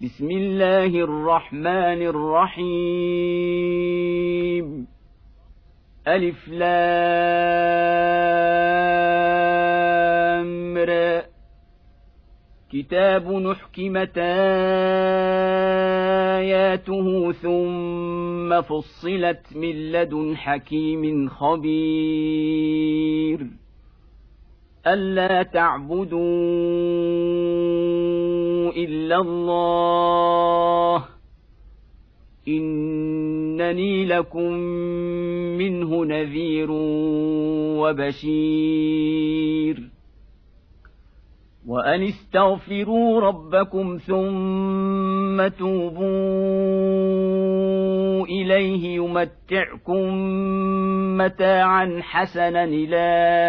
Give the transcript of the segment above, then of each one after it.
بسم الله الرحمن الرحيم ألف لام را كتاب نحكمت آياته ثم فصلت من لدن حكيم خبير ألا تعبدوا إلا الله إنني لكم منه نذير وبشير وأن استغفروا ربكم ثم توبوا إليه يمتعكم متاعا حسنا إلى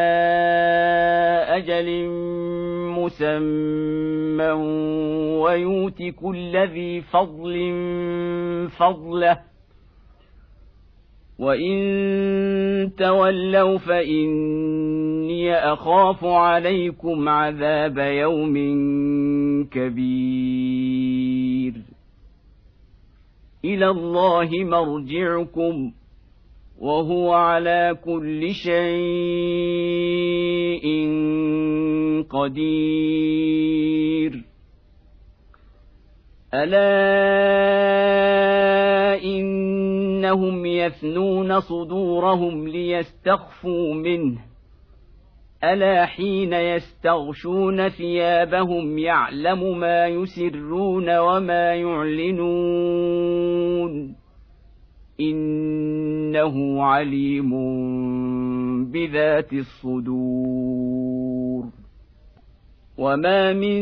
أجل مسمى ويؤت كل ذي فضل فضله وإن تولوا فإني أخاف عليكم عذاب يوم كبير إلى الله مرجعكم وهو على كل شيء قدير ألا إنهم يثنون صدورهم ليستخفوا منه ألا حين يستغشون ثيابهم يعلم ما يسرون وما يعلنون إنه عليم بذات الصدور وما من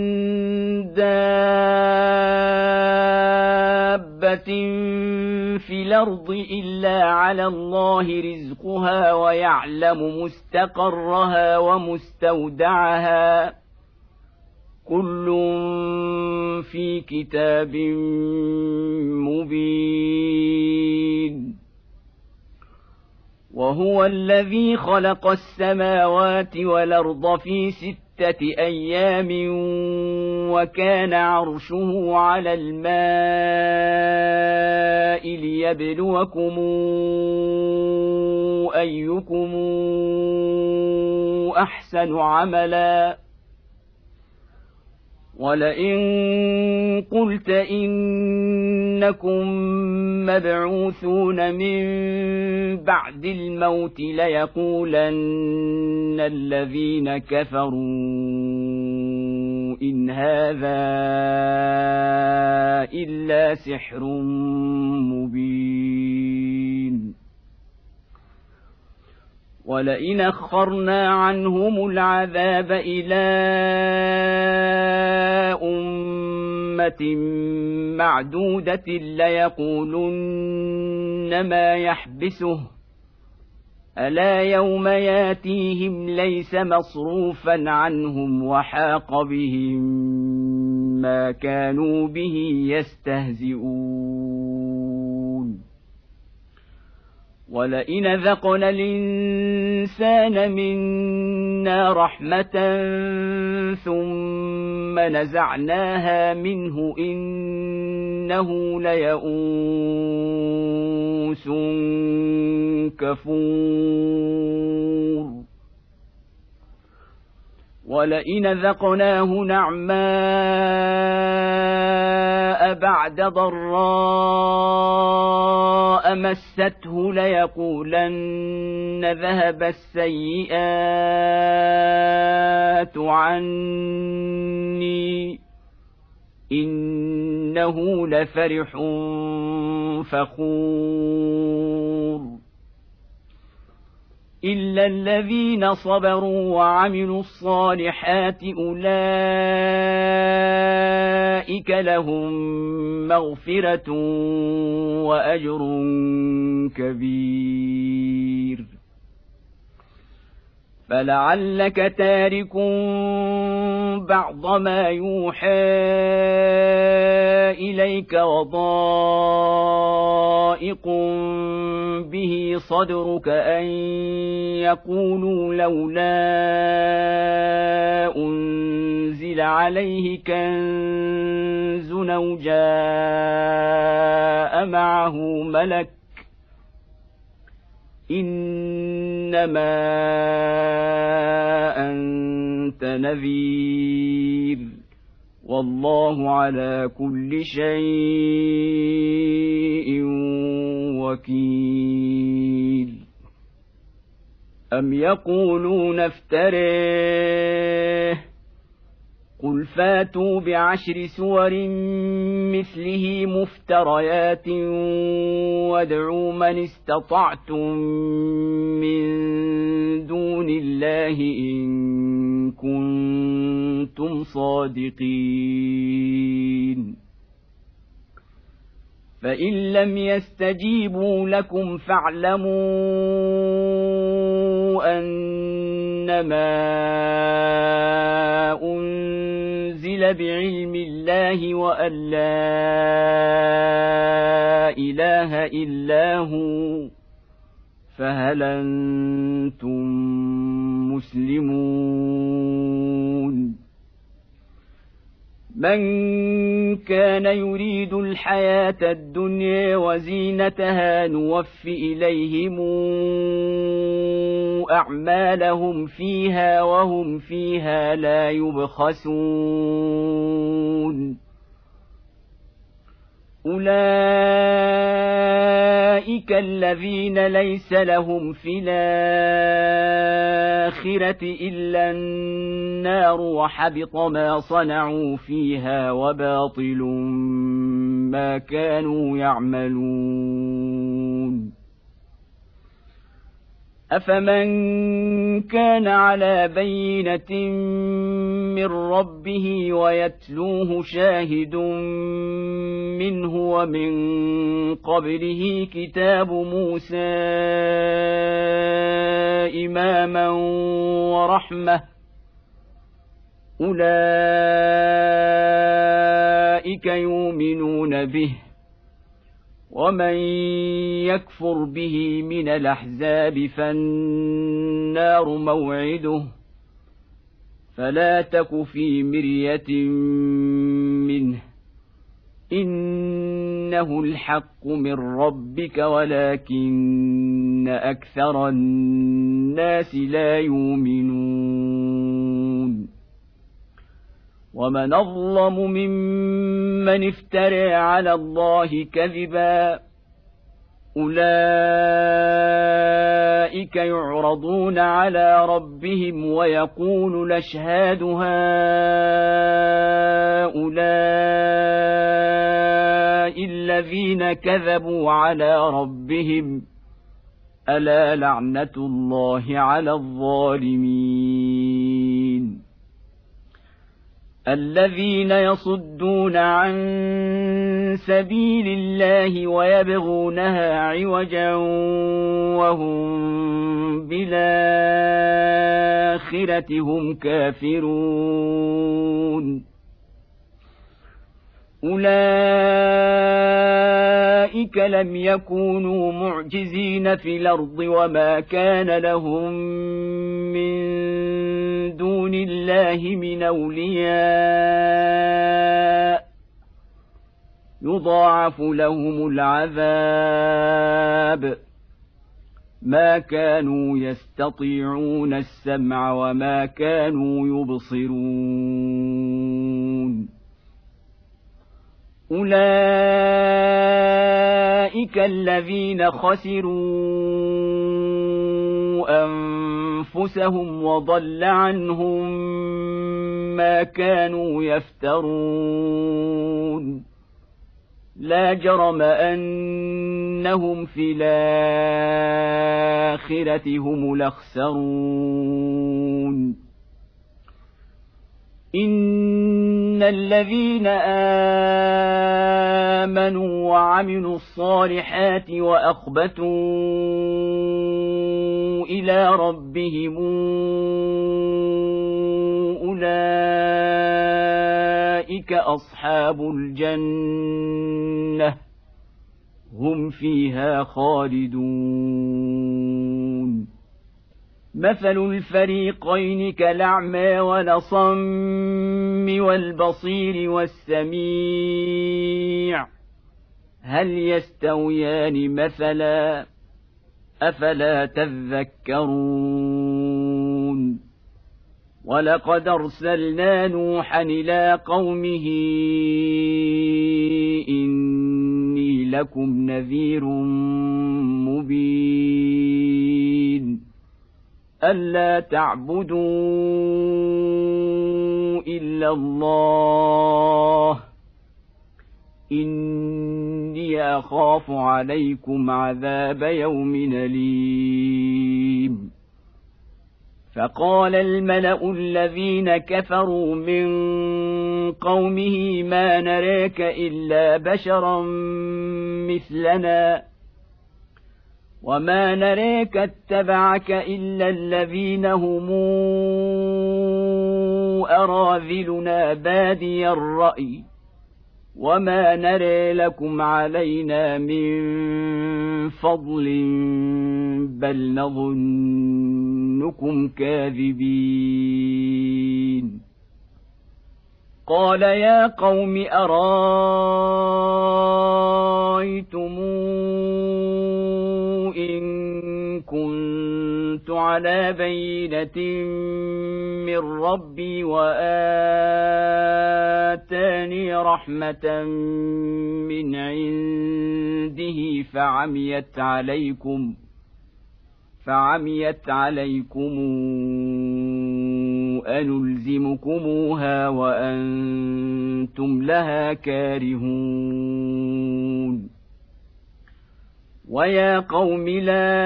دابة في الأرض إلا على الله رزقها ويعلم مستقرها ومستودعها كل في كتاب مبين وهو الذي خلق السماوات والأرض في 6 أيام وكان عرشه على الماء ليبلوكم أيكم أحسن عملا ولئن قلت إنكم مبعوثون من بعد الموت ليقولن الذين كفروا إن هذا إلا سحر مبين ولئن أخرنا عنهم العذاب إلى أمة معدودة ليقولن ما يحبسه ألا يوم ياتيهم ليس مصروفا عنهم وحاق بهم ما كانوا به يستهزئون ولئن ذقنا الإنسان منا رحمة ثم نزعناها منه إنه ليئوس كفور ولئن ذقناه نعماء بعد ضراء مسته ليقولن ذهب السيئات عني إنه لفرح فخور إلا الذين صبروا وعملوا الصالحات أولئك لهم مغفرة وأجر كبير فلعلك تارك بعض ما يوحى إليك عليك وضائق به صدرك أن يقولوا لولا أنزل عليه كنز أو جاء معه ملك إنما أنت نذير والله على كل شيء وكيل أم يقولون افتريه قل فاتوا بعشر سور مثله مفتريات وادعوا من استطعتم من دون الله إن كنتم صادقين فإن لم يستجيبوا لكم فاعلموا أنما أنزل بعلم الله وأن لا إله إلا هو فهل أنتم مسلمون من كان يريد الحياة الدنيا وزينتها نوف إليهم أعمالهم فيها وهم فيها لا يبخسون أولئك الذين ليس لهم في الآخرة إلا النار وحبط ما صنعوا فيها وباطل ما كانوا يعملون أفمن كان على بينة من ربه ويتلوه شاهد منه ومن قبله كتاب موسى إماما ورحمة أولئك يؤمنون به ومن يكفر به من الأحزاب فالنار موعده فلا تك في مرية منه إنه الحق من ربك ولكن أكثر الناس لا يؤمنون ومن أظلم ممن افترى على الله كذبا أولئك يعرضون على ربهم ويقول الأشهاد هؤلاء الذين كذبوا على ربهم ألا لعنة الله على الظالمين الذين يصدون عن سبيل الله ويبغونها عوجا وهم بالآخرة هم كافرون أولئك لم يكونوا معجزين في الأرض وما كان لهم من دون الله من أولياء يضاعف لهم العذاب ما كانوا يستطيعون السمع وما كانوا يبصرون أولئك الذين خسروا أنفسهم وضل عنهم ما كانوا يفترون لا جرم أنهم في الآخرة هم الأخسرون إن الذين آمنوا وعملوا الصالحات وأخبتوا إلى ربهم أولئك أولئك أصحاب الجنة هم فيها خالدون. مثل الفريقين كالأعمى والأصم والبصير والسميع هل يستويان مثلا أفلا تذكرون. ولقد أرسلنا نوحا إلى قومه إني لكم نذير مبين ألا تعبدوا إلا الله إني أخاف عليكم عذاب يوم أليم. فقال الملأ الذين كفروا من قومه ما نراك إلا بشرا مثلنا وما نراك اتبعك إلا الذين هم أراذلنا بادي الرأي وما نرى لكم علينا من فضل بل نظنكم كاذبين. قال يا قوم أرأيتم إن كنت على بينة من ربي وآتاني رحمة من عنده فعميت عليكم أنلزمكموها وأنتم لها كارهون. ويا قوم لا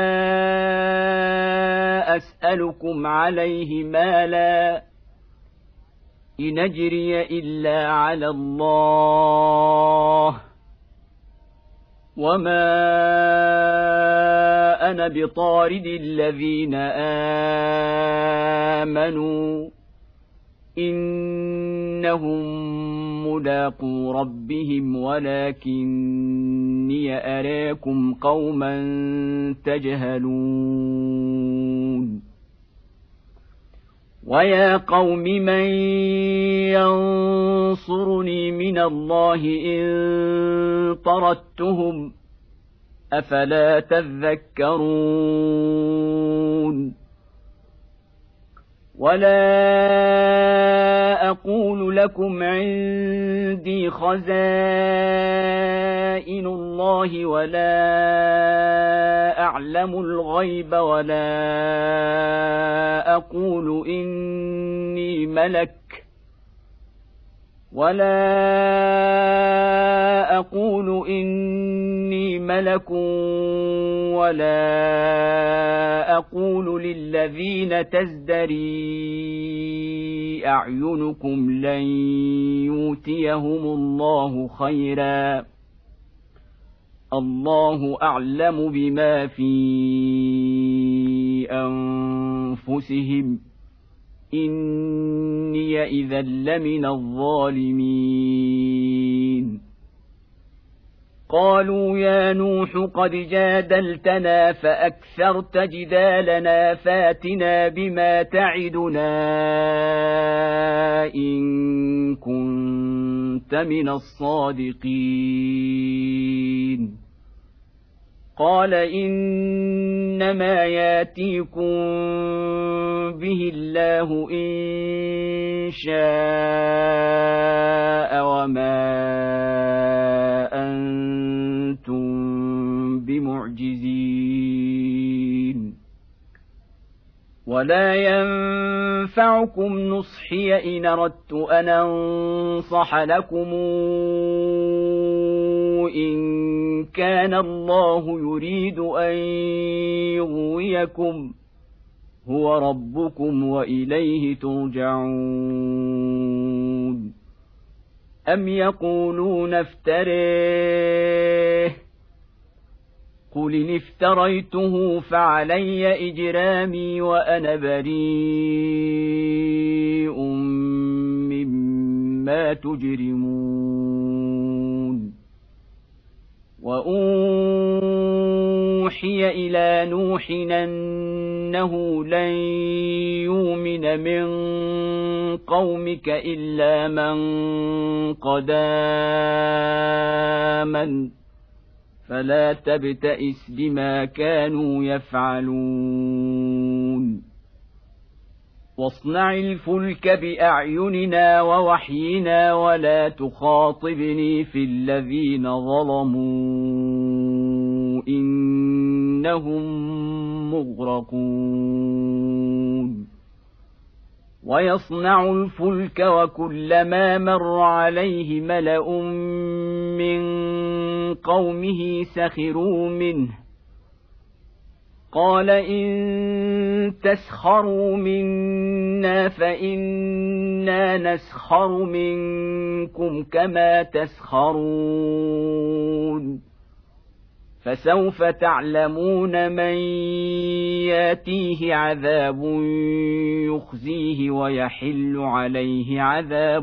أسألكم عليه مالا إن أجري إلا على الله وما أنا بطارد الذين آمنوا إنهم ملاقو ربهم ولكني أراكم قوما تجهلون. ويا قوم من ينصرني من الله إن طردتهم أفلا تذكرون. ولا أقول لكم عندي خزائن الله ولا أعلم الغيب ولا أقول إني ملك ولا أقول للذين تزدري أعينكم لن يؤتيهم الله خيرا الله أعلم بما في أنفسهم إني إذا لمن الظالمين. قالوا يا نوح قد جادلتنا فأكثرت جدالنا فاتنا بما تعدنا إن كنت من الصادقين. قال إنما ياتيكم به الله إن شاء وما أنتم بمعجزين ولا ينفعكم نصحي إن أردت أن أنصح لكم إن كان الله يريد أن يغويكم هو ربكم وإليه ترجعون. أم يقولون افتريه قل إن افتريته فعلي إجرامي وأنا بريء مما بما تجرمون وأوحي إلى نوح أنه لن يؤمن من قومك إلا من قد آمن فلا تبتئس بما كانوا يفعلون واصنع الفلك بأعيننا ووحينا ولا تخاطبني في الذين ظلموا إنهم مغرقون ويصنع الفلك وكلما مر عليه ملأ من قومه سخروا منه قال إن تسخروا منا فإنا نسخر منكم كما تسخرون فسوف تعلمون من ياتيه عذاب يخزيه ويحل عليه عذاب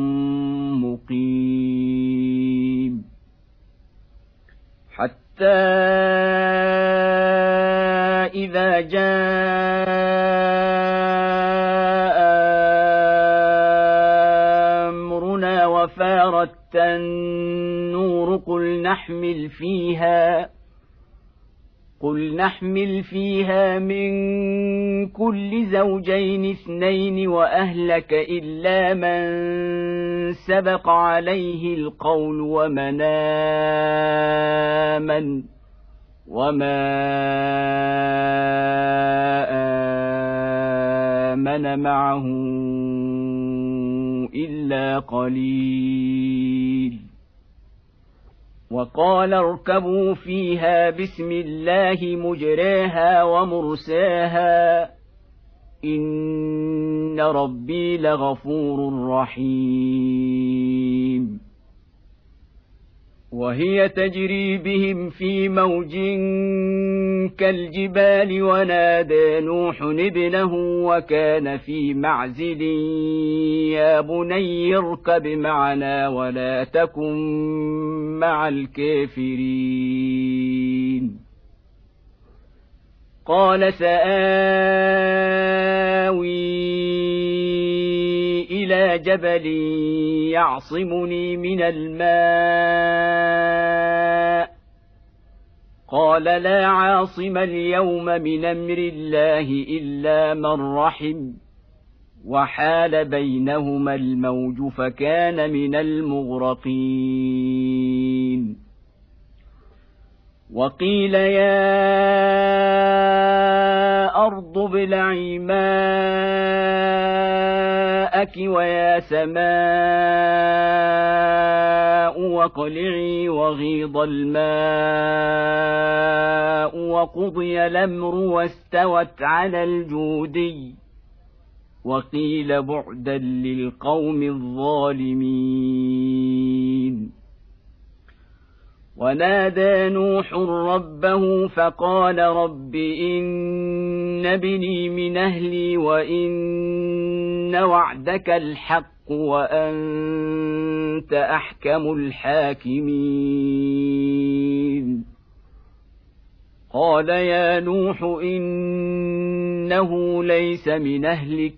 مقيم حتى إذا جاء أمرنا وفارت النور قل نحمل فيها من كل زوجين اثنين وأهلك إلا من سبق عليه القول ومن آمن وما آمن معه إلا قليل وقال اركبوا فيها بسم الله مجريها ومرساها إن ربي لغفور رحيم وهي تجري بهم في موج كالجبال ونادى نوح ابنه وكان في معزل يا بني اركب معنا ولا تكن مع الكافرين قال سآوي إلى جبل يعصمني من الماء قال لا عاصم اليوم من أمر الله إلا من رحم وحال بينهما الموج فكان من المغرقين وقيل يا أرض ابلعي ماءك ويا سماء واقلعي وغيض الماء وقضي الأمر واستوت على الجودي وقيل بعدا للقوم الظالمين ونادى نوح ربه فقال رب إن ابني من أهلي وإن وعدك الحق وأنت أحكم الحاكمين قال يا نوح إنه ليس من أهلك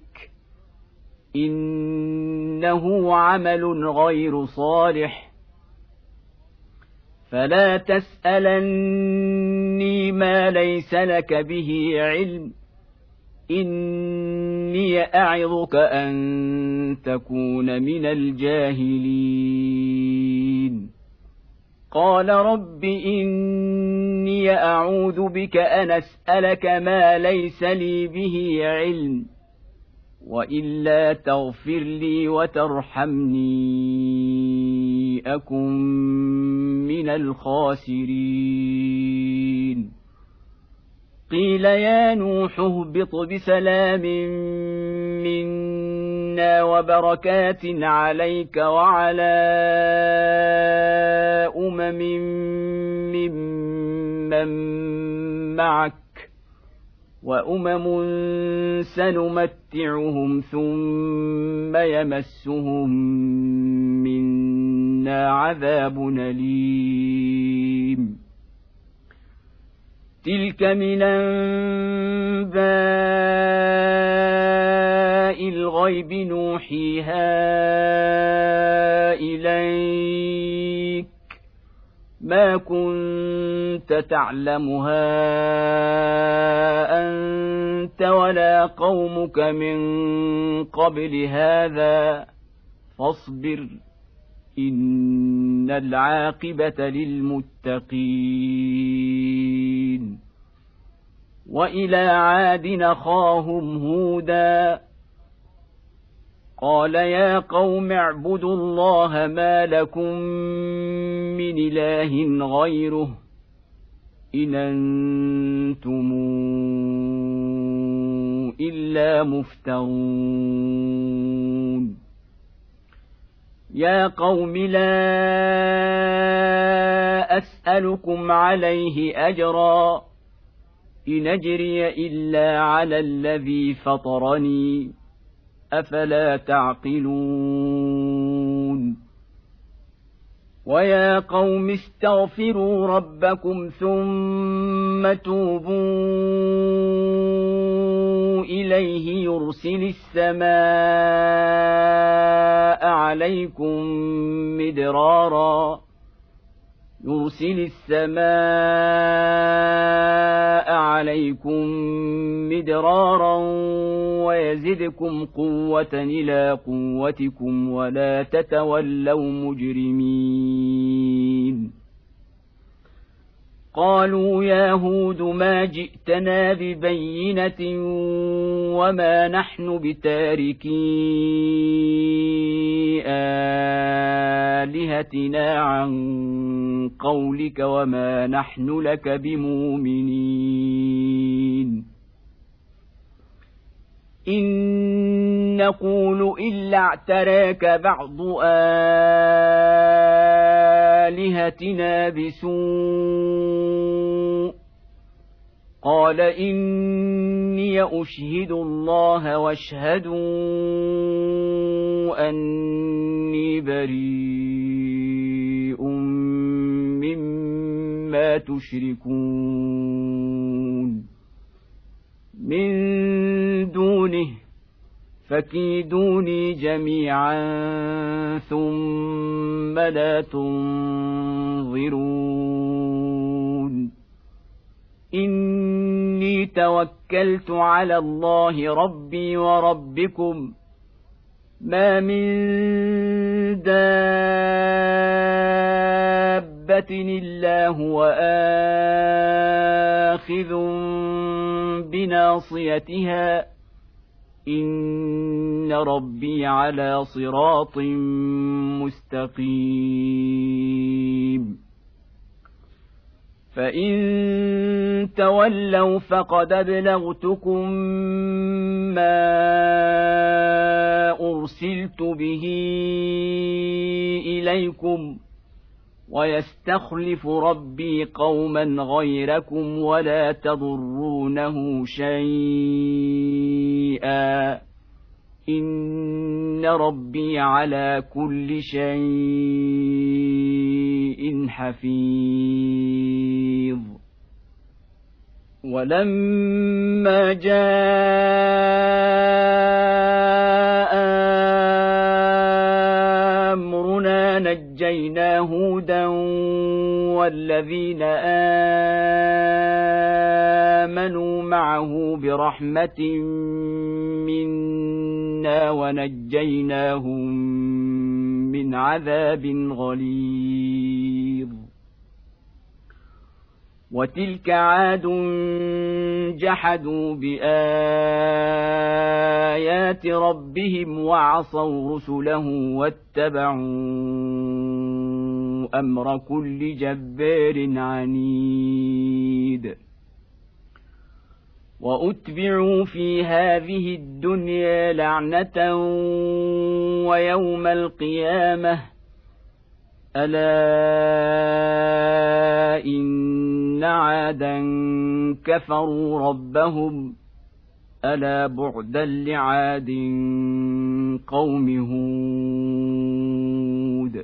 إنه عمل غير صالح فلا تسألني ما ليس لك به علم إني أعظك أن تكون من الجاهلين قال رب إني أعوذ بك أن أسألك ما ليس لي به علم وإلا تغفر لي وترحمني أكن من الخاسرين قيل يا نوح اهبط بسلام منا وبركات عليك وعلى ممن معك وأمم سنمتعهم ثم يمسهم منا عذاب أليم تلك من أنباء الغيب نوحيها إليك ما كنت تعلمها أنت ولا قومك من قبل هذا فاصبر إن العاقبة للمتقين وإلى عاد أخاهم هودا قال يا قوم اعبدوا الله ما لكم من إله غيره إن أنتم إلا مفترون يا قوم لا أسألكم عليه أجرا إن أجري إلا على الذي فطرني أفلا تعقلون ويا قوم استغفروا ربكم ثم توبوا إليه يرسل السماء عليكم مدرارا ويزدكم قوة إلى قوتكم ولا تتولوا مجرمين قالوا يا هود ما جئتنا ببينة وما نحن بتاركي آلهتنا عن قولك وما نحن لك بمؤمنين إن نقول إلا اعتراك بعض آلهتنا بسوء قال إني أشهد الله واشهدوا أني بريء مما تشركون من دونه فكيدوني جميعا ثم لا تنظرون إني توكلت على الله ربي وربكم ما من دابة إلا هو آخذ بناصيتها إن ربي على صراط مستقيم فإن تولوا فقد أبلغتكم ما أرسلت به إليكم ويستخلف ربي قوما غيركم ولا تضرونه شيئا إن ربي على كل شيء حفيظ ولما جاء أمرنا نجينا هودا والذين آمنوا معه برحمة منا ونجيناهم من عذاب غليظ وتلك عاد جحدوا بآيات ربهم وعصوا رسله واتبعوا أمر كل جبار عنيد وأتبعوا في هذه الدنيا لعنة ويوم القيامة ألا إن إن عادا كفروا ربهم ألا بعدا لعاد قوم هود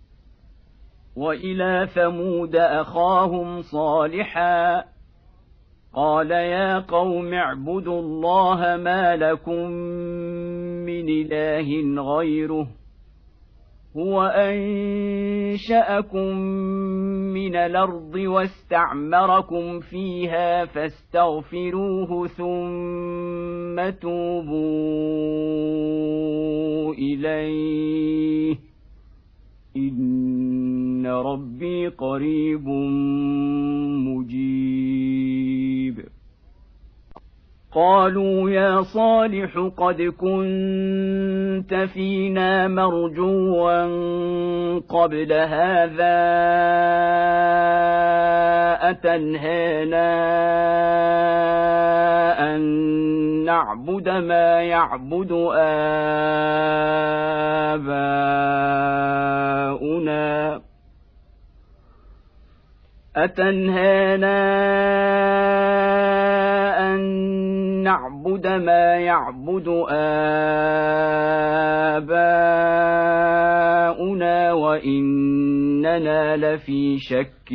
وإلى ثمود أخاهم صالحا قال يا قوم اعبدوا الله ما لكم من إله غيره هو أنشأكم من الأرض واستعمركم فيها فاستغفروه ثم توبوا إليه إن ربي قريب مجيب قالوا يا صالح قد كنت فينا مرجوا قبل هذا أتنهانا أن نعبد ما يعبد آباؤنا نعبد ما يعبد آباؤنا وإننا لفي شك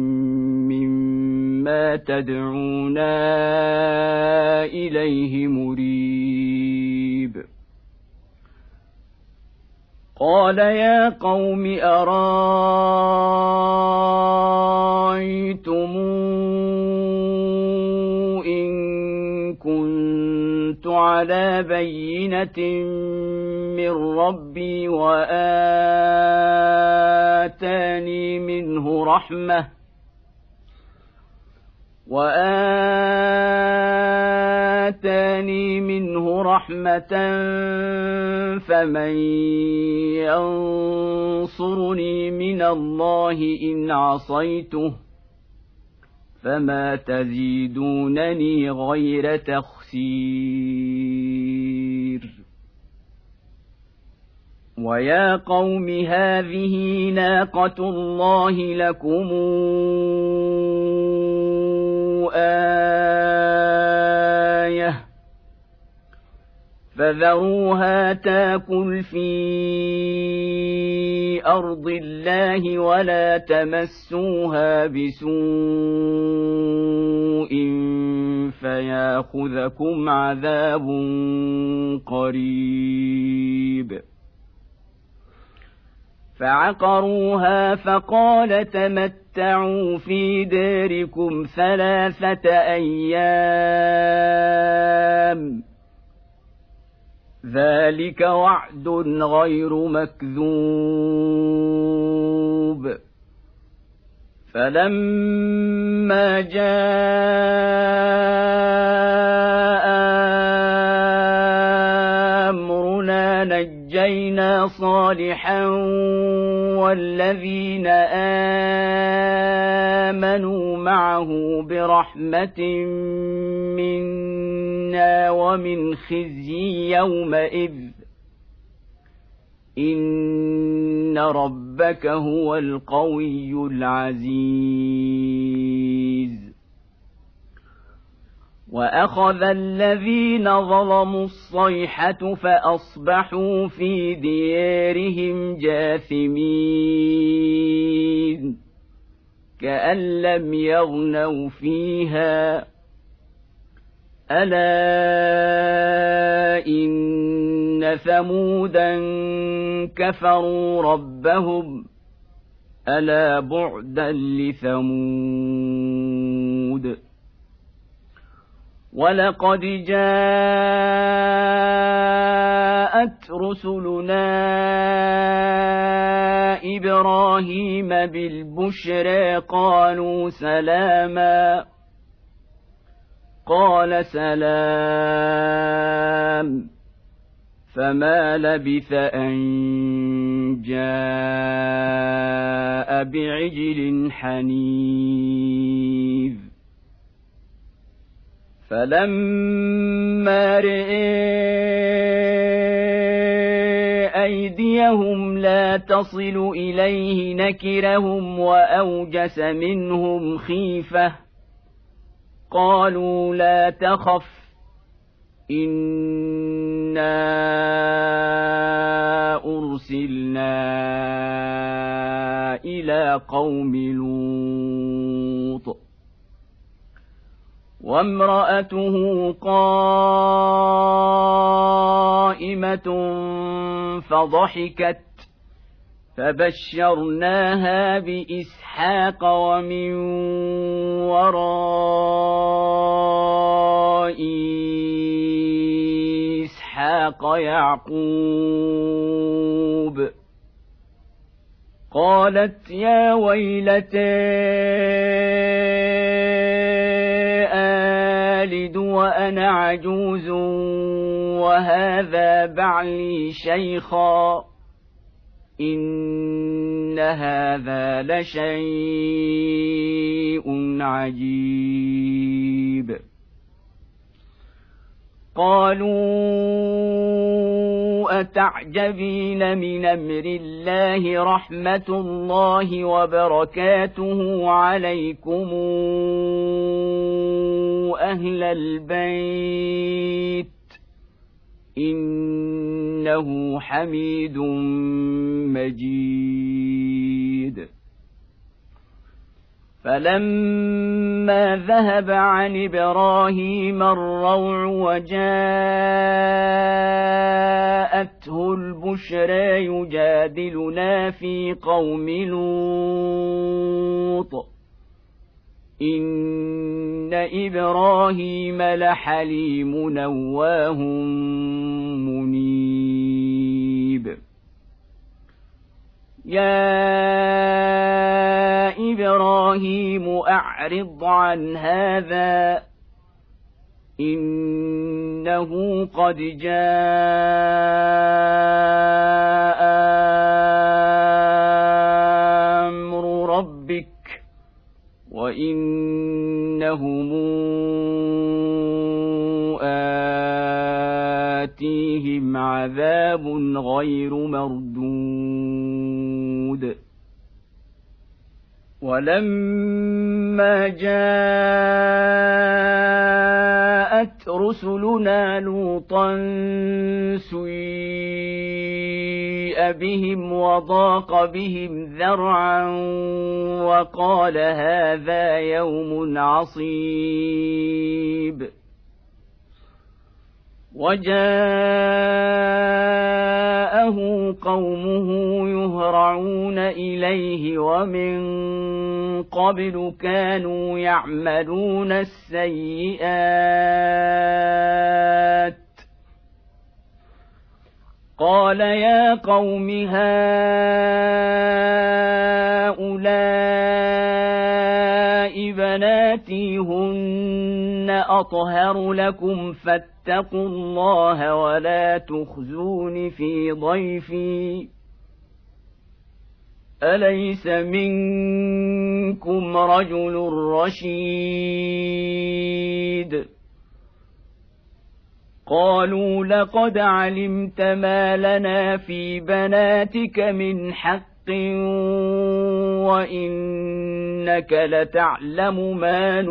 مما تدعونا إليه مريب قال يا قوم أرأيتم كنت على بينة من ربي وآتاني منه رحمة فمن ينصرني من الله إن عصيته فما تزيدونني غير تخسير ويا قوم هذه ناقة الله لكم آية فذروها تاكل في أرض الله ولا تمسوها بسوء فياخذكم عذاب قريب فعقروها فقال تمتعوا في داركم 3 أيام ذلك وعد غير مكذوب فلما جاء أمرنا نجينا صالحا والذين آمنوا معه برحمة منا ومن خزي يومئذ إن ربك هو القوي العزيز وأخذ الذين ظلموا الصيحة فأصبحوا في ديارهم جاثمين كأن لم يغنوا فيها ألا إن ثمودا كفروا ربهم ألا بعدا لثمود ولقد جاءت رسلنا إبراهيم بالبشرى قالوا سلاما قال سلام فما لبث أن جاء بعجل حنيذ فلما رئي أيديهم لا تصل إليه نكرهم وأوجس منهم خيفة قالوا لا تخف إنا أرسلنا إلى قوم لوط وامرأته قائمة فضحكت فبشرناها بإسحاق ومن وراء إسحاق يعقوب قالت يا ويلتى آلد وأنا عجوز وهذا بعلي شيخا إن هذا لشيء عجيب قالوا أتعجبين من أمر الله رحمة الله وبركاته عليكم أهل البيت إنه حميد مجيد فلما ذهب عن إبراهيم الروع وجاءته البشرى يجادلنا في قوم لوط إن إبراهيم لحليم نواه منيب يا إبراهيم أعرض عن هذا إنه قد جاء أمر ربك وإنهم آتيهم عذاب غير مردود ولما جاءت رسلنا لوطا سيء بهم وضاق بهم ذرعا وقال هذا يوم عصيب وجاءه قومه يهرعون إليه ومن قبل كانوا يعملون السيئات قال يا قوم هؤلاء بناتي هن أطهر لكم فاتقوا الله ولا تخزون في ضيفي أليس منكم رجل رشيد قالوا لقد علمت ما لنا في بناتك من حق وإنك لتعلم ما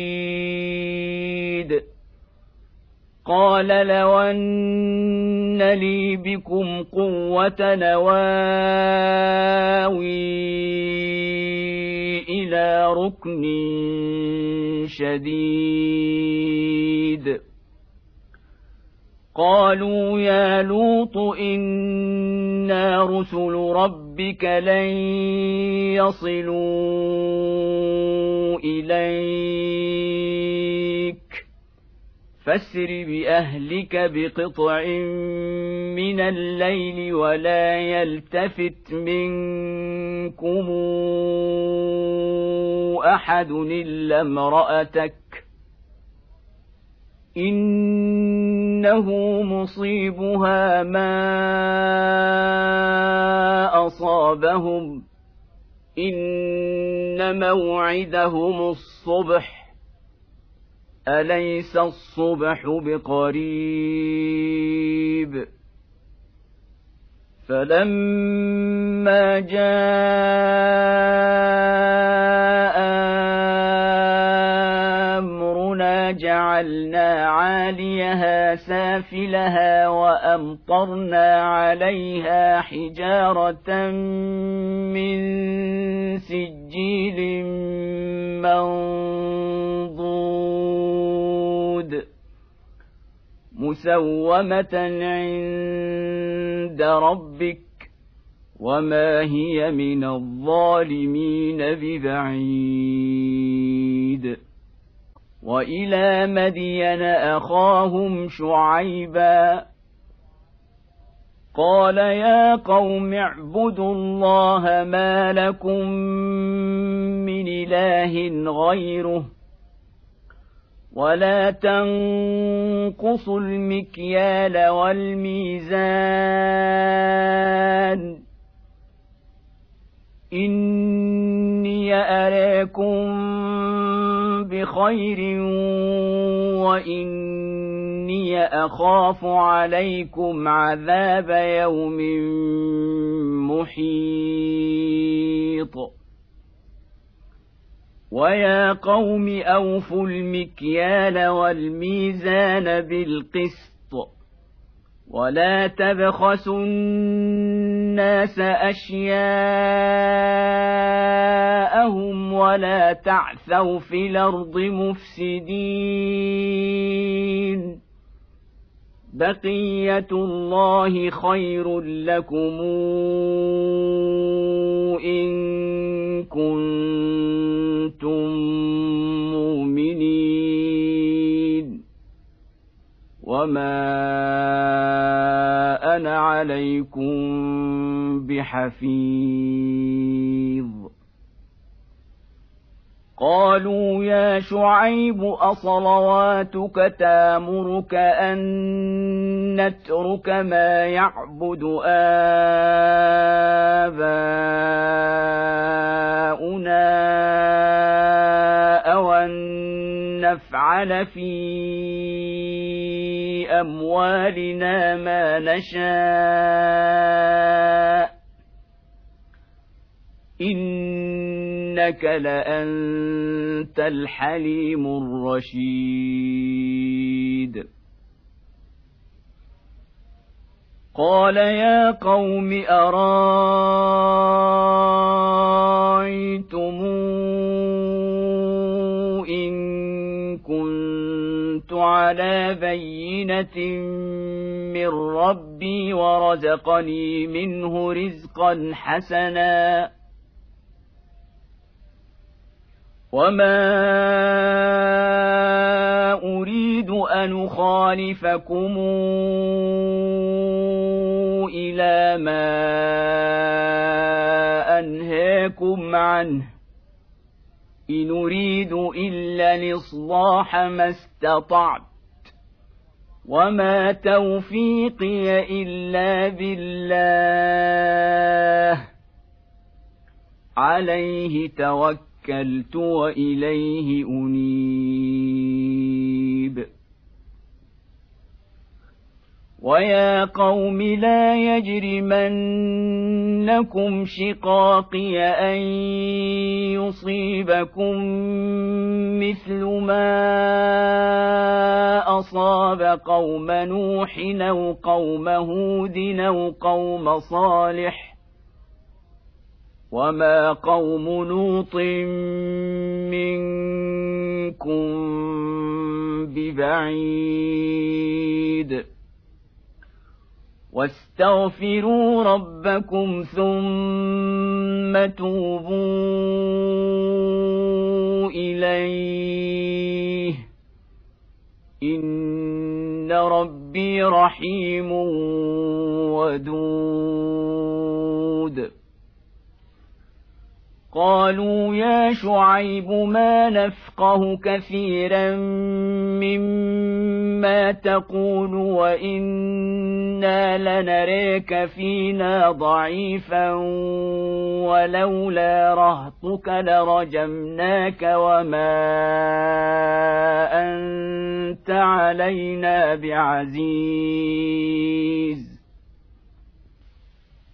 نريد قال لو أن لي بكم قوة نواوي إلى ركن شديد قالوا يا لوط إنا رسل ربك لن يصلوا إليك فاسر بأهلك بقطع من الليل ولا يلتفت منكم أحد إلا امرأتك إنه مصيبها ما أصابهم إن موعدهم الصبح أليس الصبح بقريب فلما جاء أمرنا جعلنا عاليها سافلها وأمطرنا عليها حجارة من سجيل منضود مسومة عند ربك وما هي من الظالمين ببعيد. وإلى مدين أخاهم شعيبا قال يا قوم اعبدوا الله ما لكم من إله غيره ولا تنقصوا المكيال والميزان إني أراكم بخير وإني أخاف عليكم عذاب يوم محيط. ويا قوم أوفوا المكيال والميزان بالقسط ولا تبخسوا الناس أشياءهم ولا تعثوا في الأرض مفسدين بقية الله خير لكم إن كنتم مؤمنين وما أنا عليكم بحفيظ. قالوا يا شعيب أصلواتك تامرك أن نترك ما يعبد آباؤنا أو أن نفعل في أموالنا ما نشاء إنك لأنت الحليم الرشيد. قال يا قوم أرايتم إن كنت على بينة من ربي ورزقني منه رزقا حسنا وما أريد أن أخالفكم إلى ما أنهاكم عنه إن أريد إلا الإصلاح ما استطعت وما توفيقي إلا بالله عليه توكلت وإليه أنيب. ويا قوم لا يجرمنكم شقاقي أن يصيبكم مثل ما أصاب قوم نوح أو قوم هود أو قوم صالح وما قوم لوط منكم ببعيد واستغفروا ربكم ثم توبوا إليه إن ربي رحيم ودود. قالوا يا شعيب ما نفقه كثيرا مما تقول وإنا لنريك فينا ضعيفا ولولا رهطك لرجمناك وما أنت علينا بعزيز.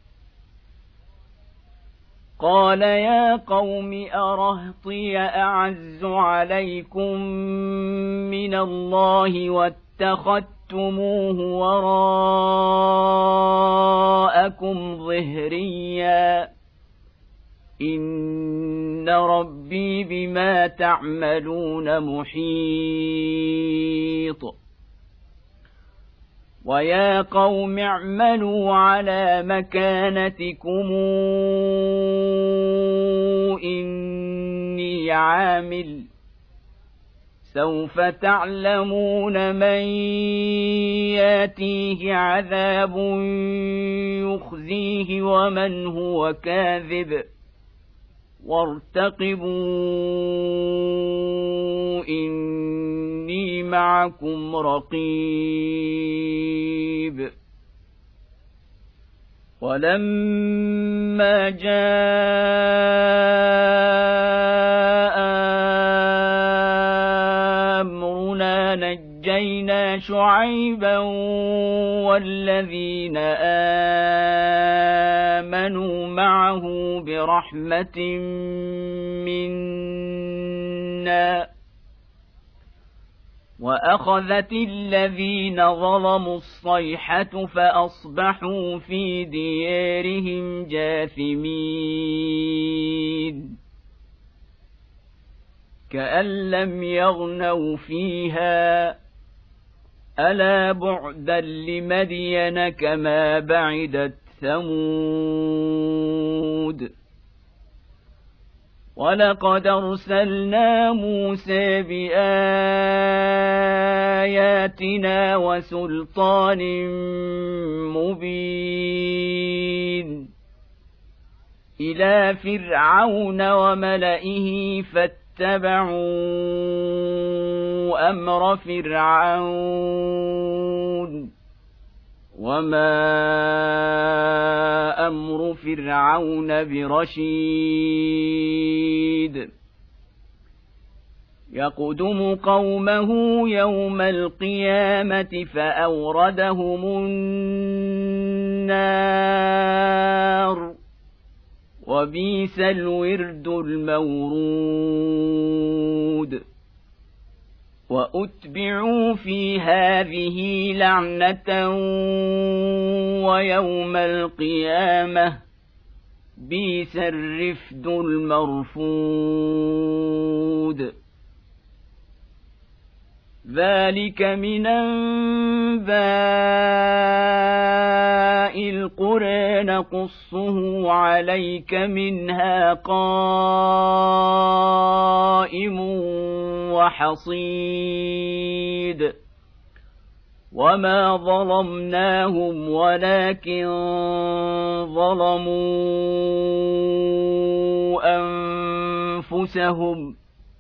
قال يا قوم أرهطي أعز عليكم من الله واتخذتموه وراءكم ظهريا إن ربي بما تعملون محيط ويا قوم اعملوا على مكانتكم إني عامل سوف تعلمون من ياتيه عذاب يخزيه ومن هو كاذب وارتقبوا إني معكم رقيب ولما جاء أمرنا نجينا شعيبا والذين آمنوا معه برحمة منا وأخذت الذين ظلموا الصيحة فأصبحوا في ديارهم جاثمين كأن لم يغنوا فيها ألا بعدا لمدين كما بعدت ثمود ولقد أرسلنا موسى بآياتنا وسلطان مبين إلى فرعون وملئه فاتبعوا أمر فرعون وما أمر فرعون برشيد يقدم قومه يوم القيامة فأوردهم النار وبئس الورد المورود وأتبعوا في هذه لعنة ويوم القيامة بئس الرفد المرفود ذلك من أنباء القرى نقصه عليك منها قائم وحصيد وما ظلمناهم ولكن ظلموا أنفسهم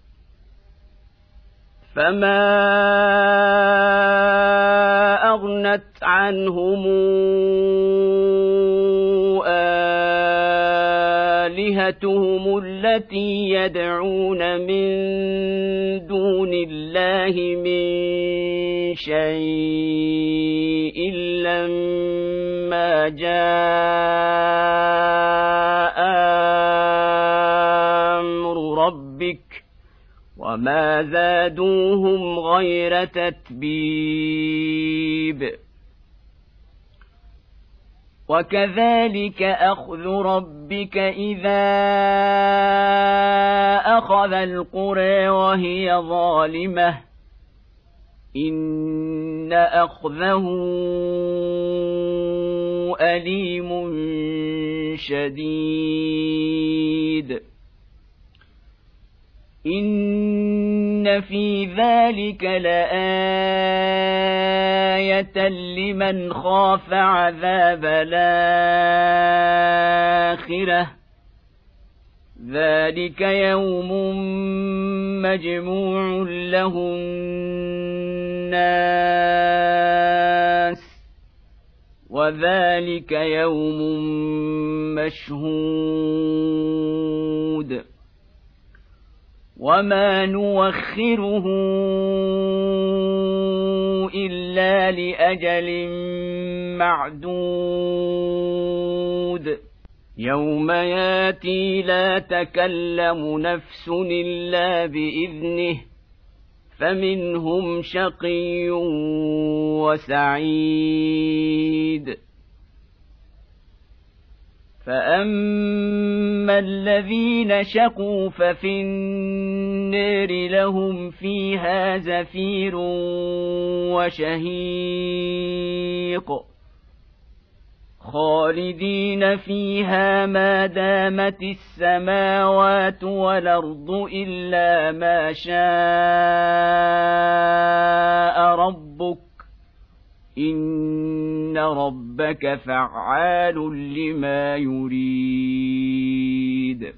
فما أغنت عنهم آلهتهم التي يدعون من دون الله من شيء لما جاء أمر ربك وما زادوهم غير تتبيب وكذلك أخذ ربك إذا أخذ القرى وهي ظالمة إن أخذه أليم شديد إن في ذلك لآية لمن خاف عذاب الآخرة ذلك يوم مجموع له الناس وذلك يوم مشهود وما نوخره إلا لأجل معدود يوم ياتي لا تكلم نفس إلا بإذنه فمنهم شقي وسعيد فأما الذين شقوا ففي النار لهم فيها زفير وشهيق خالدين فيها ما دامت السماوات والأرض إلا ما شاء ربك إن ربك فعال لما يريد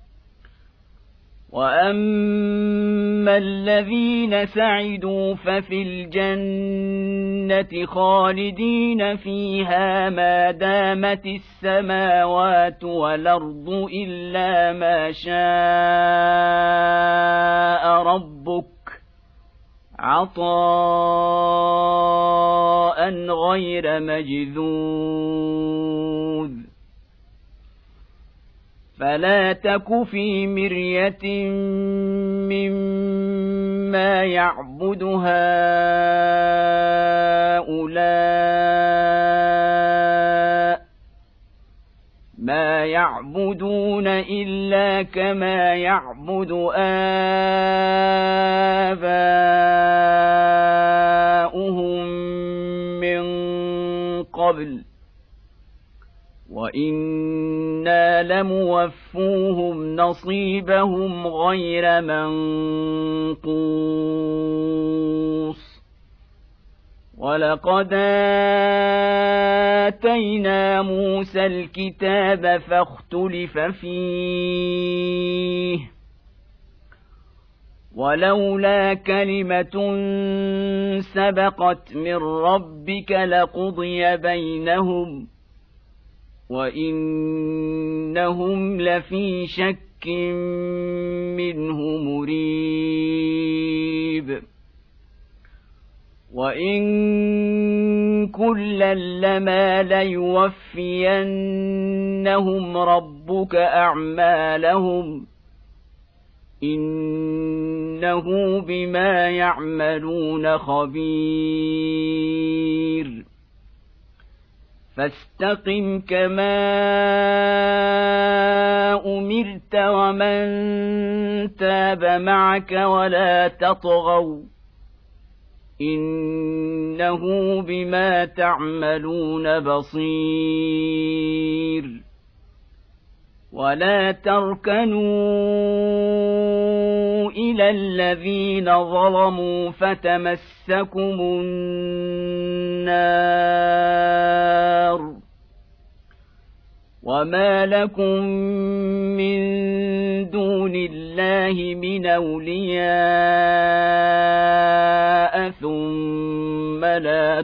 وأما الذين سعدوا ففي الجنة خالدين فيها ما دامت السماوات والأرض إلا ما شاء ربك عطاء غير مجذوذ فلا تك في مرية مما يعبد هؤلاء ما يعبدون إلا كما يعبد آباؤهم من قبل وإنا لموفوهم نصيبهم غير منقوص ولقد آتينا موسى الكتاب فاختلف فيه ولولا كلمة سبقت من ربك لقضي بينهم وإنهم لفي شك منه مريب وإن كلا لما ليوفينهم ربك أعمالهم إنه بما يعملون خبير فاستقم كما أمرت ومن تاب معك ولا تطغوا إنه بما تعملون بصير ولا تركنوا إلى الذين ظلموا فتمسكم النار وما لكم من دون الله من أولياء ثم لا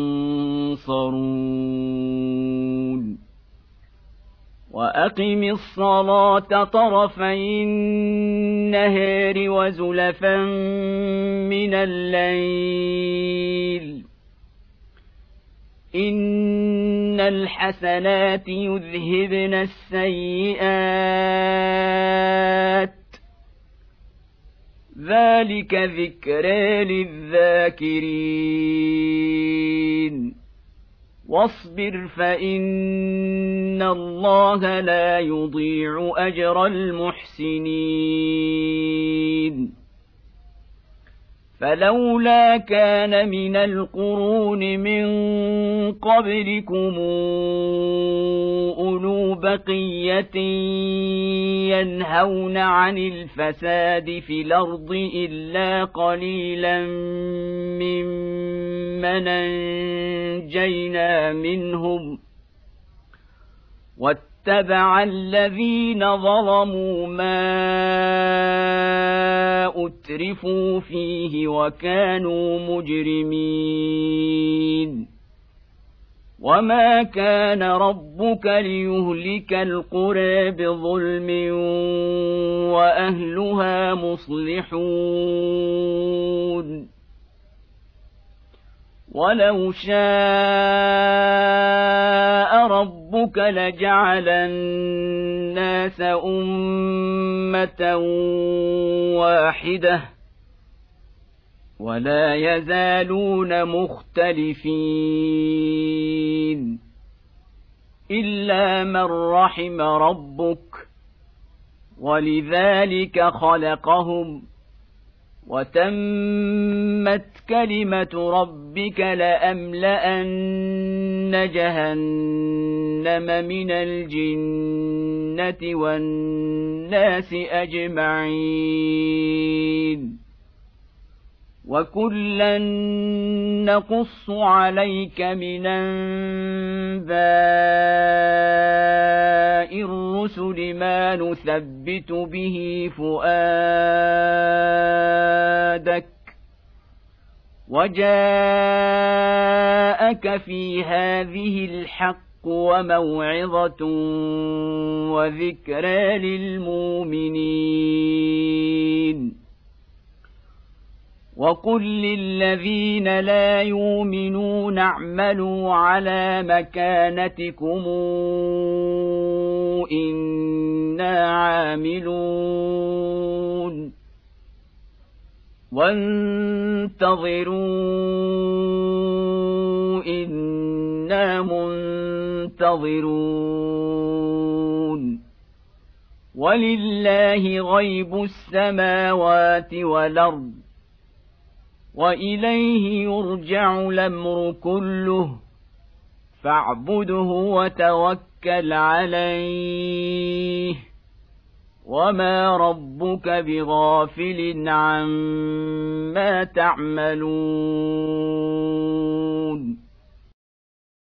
تنصرون وأقم الصلاة طرفي النهار وزلفا من الليل إن الحسنات يذهبن السيئات ذلك ذكرى للذاكرين واصبر فإن الله لا يضيع أجر المحسنين فلولا كان من القرون من قبلكم أولو بقية ينهون عن الفساد في الأرض إلا قليلا ممن أنجينا منهم واتبع الذين ظلموا ما أترفوا فيه وكانوا مجرمين وما كان ربك ليهلك القرى بظلم وأهلها مصلحون ولو شاء ربك ربك لجعل الناس أمة واحدة ولا يزالون مختلفين إلا من رحم ربك ولذلك خلقهم وتمت كلمة ربك لأملأن جهنم من الجنة والناس أجمعين وكلا نقص عليك من أنباء الرسل ما نثبت به فؤادك وجاءك في هذه الحق وموعظة وذكرى للمؤمنين وقل للذين لا يؤمنون اعملوا على مكانتكم إنا عاملون وانتظروا إنا منتظرون ولله غيب السماوات والأرض وإليه يرجع الأمر كله فاعبده وتوكل عليه وما ربك بغافل عما تعملون